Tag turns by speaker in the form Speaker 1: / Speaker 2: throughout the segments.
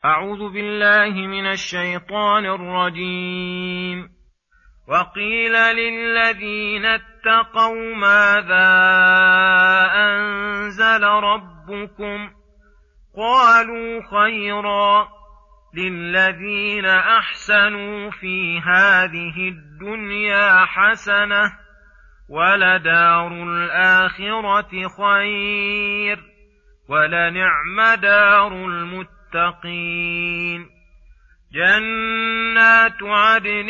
Speaker 1: أعوذ بالله من الشيطان الرجيم. وقيل للذين اتقوا ماذا أنزل ربكم قالوا خيرا للذين أحسنوا في هذه الدنيا حسنة ولدار الآخرة خير ولنعم دار المتقين. جنات عدن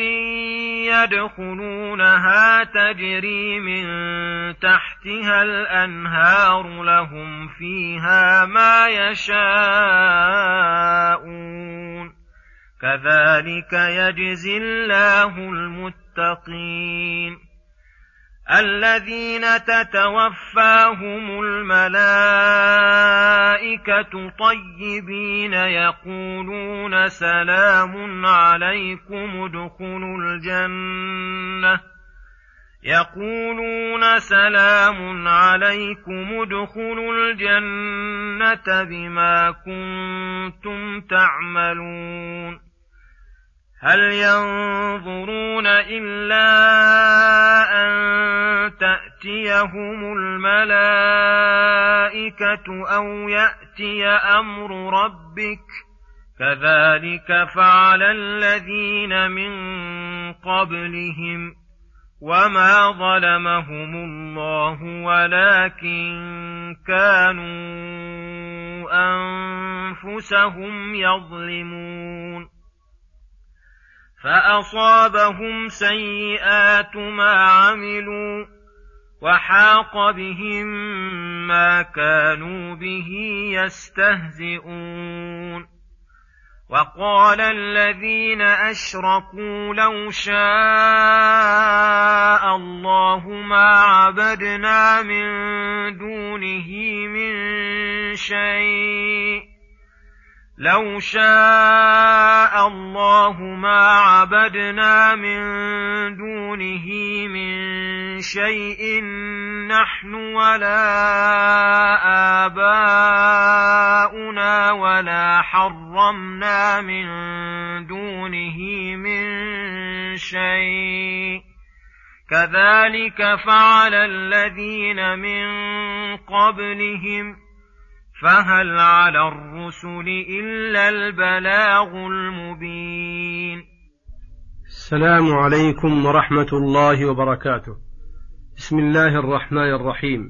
Speaker 1: يدخلونها تجري من تحتها الأنهار لهم فيها ما يشاءون كذلك يجزي الله المتقين. الذين تتوفاهم الملائكة طيبين يقولون سلام عليكم ادخلوا الجنة بما كنتم تعملون. هل ينظرون إلا أن تأتيهم الملائكة أو يأتي أمر ربك كذلك فعل الذين من قبلهم وما ظلمهم الله ولكن كانوا أنفسهم يظلمون. فأصابهم سيئات ما عملوا وحاق بهم ما كانوا به يستهزئون. وقال الذين أشركوا لو شاء الله ما عبدنا من دونه من شيء نحن ولا آباؤنا ولا حرمنا من دونه من شيء كذلك فعل الذين من قبلهم فهل على الرسل إلا البلاغ المبين.
Speaker 2: السلام عليكم ورحمة الله وبركاته. بسم الله الرحمن الرحيم.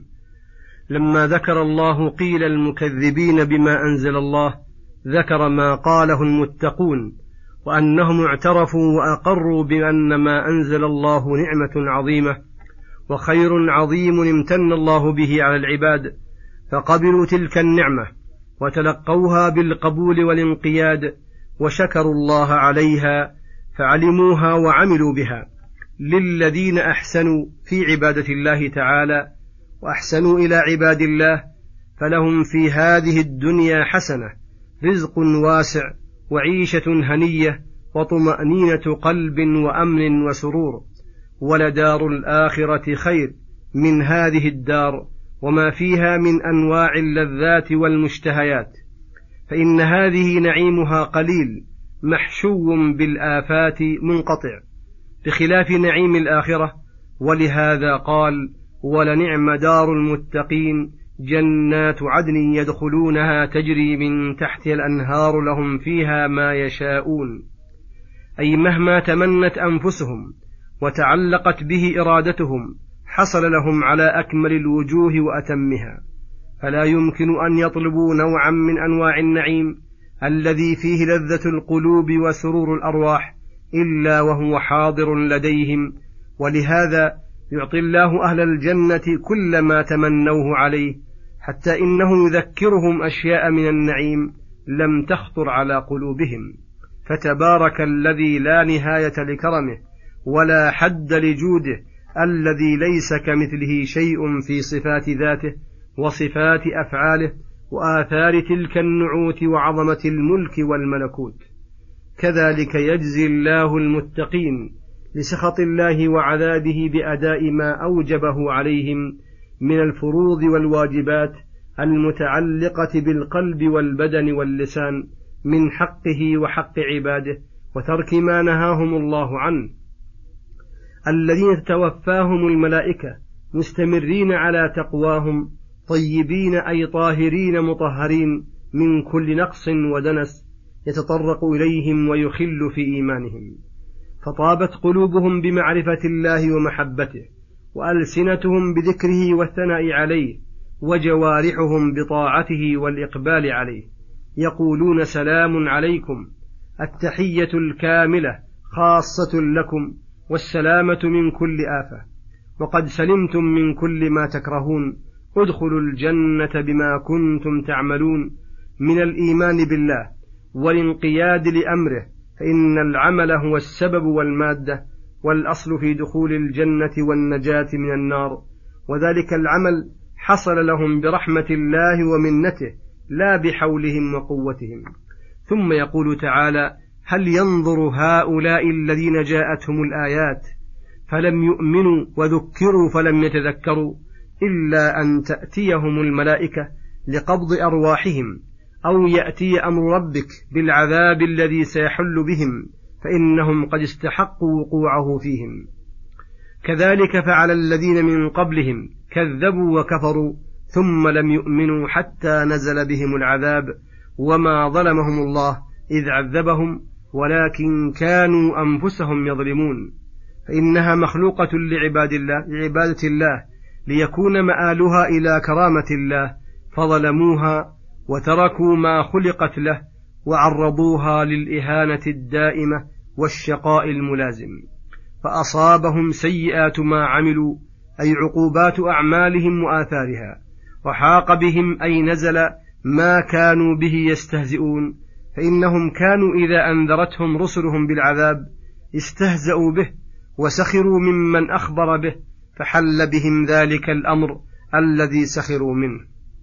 Speaker 2: لما ذكر الله قيل المكذبين بما أنزل الله ذكر ما قاله المتقون وأنهم اعترفوا وأقروا بأن ما أنزل الله نعمة عظيمة وخير عظيم امتن الله به على العباد فقبلوا تلك النعمة وتلقوها بالقبول والانقياد وشكروا الله عليها فعلموها وعملوا بها. للذين أحسنوا في عبادة الله تعالى وأحسنوا إلى عباد الله فلهم في هذه الدنيا حسنة رزق واسع وعيشة هنية وطمأنينة قلب وأمن وسرور ولدار الآخرة خير من هذه الدار وما فيها من أنواع اللذات والمشتهيات، فإن هذه نعيمها قليل محشو بالآفات منقطع بخلاف نعيم الآخرة. ولهذا قال ولنعم دار المتقين جنات عدن يدخلونها تجري من تحتها الأنهار لهم فيها ما يشاءون، أي مهما تمنت أنفسهم وتعلقت به إرادتهم حصل لهم على أكمل الوجوه وأتمها. فلا يمكن أن يطلبوا نوعا من أنواع النعيم الذي فيه لذة القلوب وسرور الأرواح إلا وهو حاضر لديهم. ولهذا يعطي الله أهل الجنة كل ما تمنوه عليه حتى إنه يذكرهم أشياء من النعيم لم تخطر على قلوبهم. فتبارك الذي لا نهاية لكرمه ولا حد لجوده الذي ليس كمثله شيء في صفات ذاته وصفات أفعاله وآثار تلك النعوت وعظمة الملك والملكوت. كذلك يجزي الله المتقين لسخط الله وعذابه بأداء ما أوجبه عليهم من الفروض والواجبات المتعلقة بالقلب والبدن واللسان من حقه وحق عباده وترك ما نهاهم الله عنه، الذين تتوفاهم الملائكة مستمرين على تقواهم طيبين أي طاهرين مطهرين من كل نقص ودنس يتطرق إليهم ويخل في إيمانهم، فطابت قلوبهم بمعرفة الله ومحبته، وألسنتهم بذكره والثناء عليه، وجوارحهم بطاعته والإقبال عليه، يقولون سلام عليكم، التحية الكاملة خاصة لكم، والسلامة من كل آفة، وقد سلمتم من كل ما تكرهون، ادخلوا الجنة بما كنتم تعملون من الإيمان بالله والانقياد لأمره، فإن العمل هو السبب والمادة، والأصل في دخول الجنة والنجاة من النار، وذلك العمل حصل لهم برحمة الله ومنته لا بحولهم وقوتهم. ثم يقول تعالى: هل ينظر هؤلاء الذين جاءتهم الآيات فلم يؤمنوا وذكروا فلم يتذكروا إلا أن تأتيهم الملائكة لقبض أرواحهم، أو يأتي أمر ربك بالعذاب الذي سيحل بهم، فإنهم قد استحقوا وقوعه فيهم. كذلك فعل الذين من قبلهم كذبوا وكفروا ثم لم يؤمنوا حتى نزل بهم العذاب، وما ظلمهم الله إذ عذبهم ولكن كانوا أنفسهم يظلمون، فإنها مخلوقة لعبادة الله ليكون مآلها إلى كرامة الله، فظلموها وتركوا ما خلقت له وعرضوها للإهانة الدائمة والشقاء الملازم، فأصابهم سيئات ما عملوا أي عقوبات أعمالهم وآثارها، وحاق بهم أي نزل ما كانوا به يستهزئون، فإنهم كانوا إذا أنذرتهم رسلهم بالعذاب استهزأوا به وسخروا ممن أخبر به، فحل بهم ذلك الأمر الذي سخروا منه.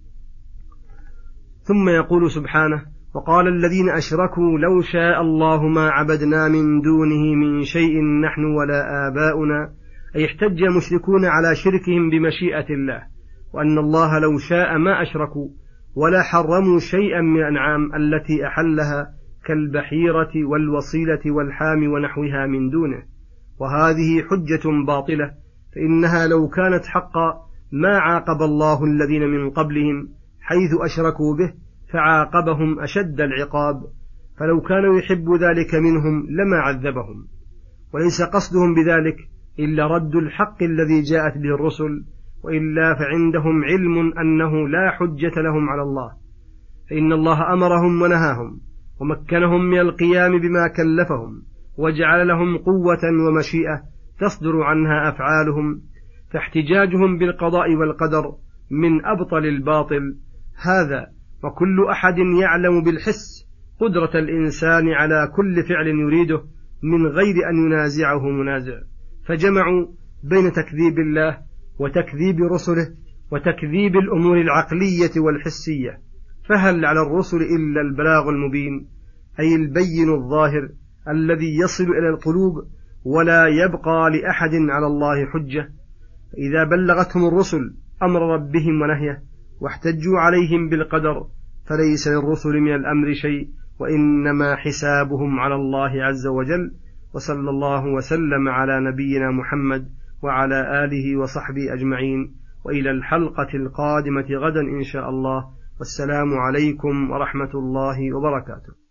Speaker 2: ثم يقول سبحانه: وقال الذين أشركوا لو شاء الله ما عبدنا من دونه من شيء نحن ولا آباؤنا، أي احتج المشركون على شركهم بمشيئة الله، وأن الله لو شاء ما أشركوا ولا حرموا شيئا من الأنعام التي أحلها كالبحيرة والوصيلة والحام ونحوها من دونه، وهذه حجة باطلة، فإنها لو كانت حقا ما عاقب الله الذين من قبلهم حيث أشركوا به فعاقبهم أشد العقاب، فلو كانوا يحب ذلك منهم لما عذبهم، وليس قصدهم بذلك إلا رد الحق الذي جاءت به الرسل، وإلا فعندهم علم أنه لا حجة لهم على الله، فإن الله أمرهم ونهاهم ومكنهم من القيام بما كلفهم، وجعل لهم قوة ومشيئة تصدر عنها أفعالهم، فاحتجاجهم بالقضاء والقدر من أبطل الباطل هذا. وكل أحد يعلم بالحس قدرة الإنسان على كل فعل يريده من غير أن ينازعه منازع، فجمعوا بين تكذيب الله وتكذيب رسله وتكذيب الأمور العقلية والحسية، فهل على الرسل إلا البلاغ المبين، أي البين الظاهر الذي يصل إلى القلوب ولا يبقى لأحد على الله حجة. فإذا بلغتهم الرسل أمر ربهم ونهيه واحتجوا عليهم بالقدر فليس للرسل من الأمر شيء، وإنما حسابهم على الله عز وجل. وصلى الله وسلم على نبينا محمد وعلى آله وصحبه أجمعين، وإلى الحلقة القادمة غدا إن شاء الله، والسلام عليكم ورحمة الله وبركاته.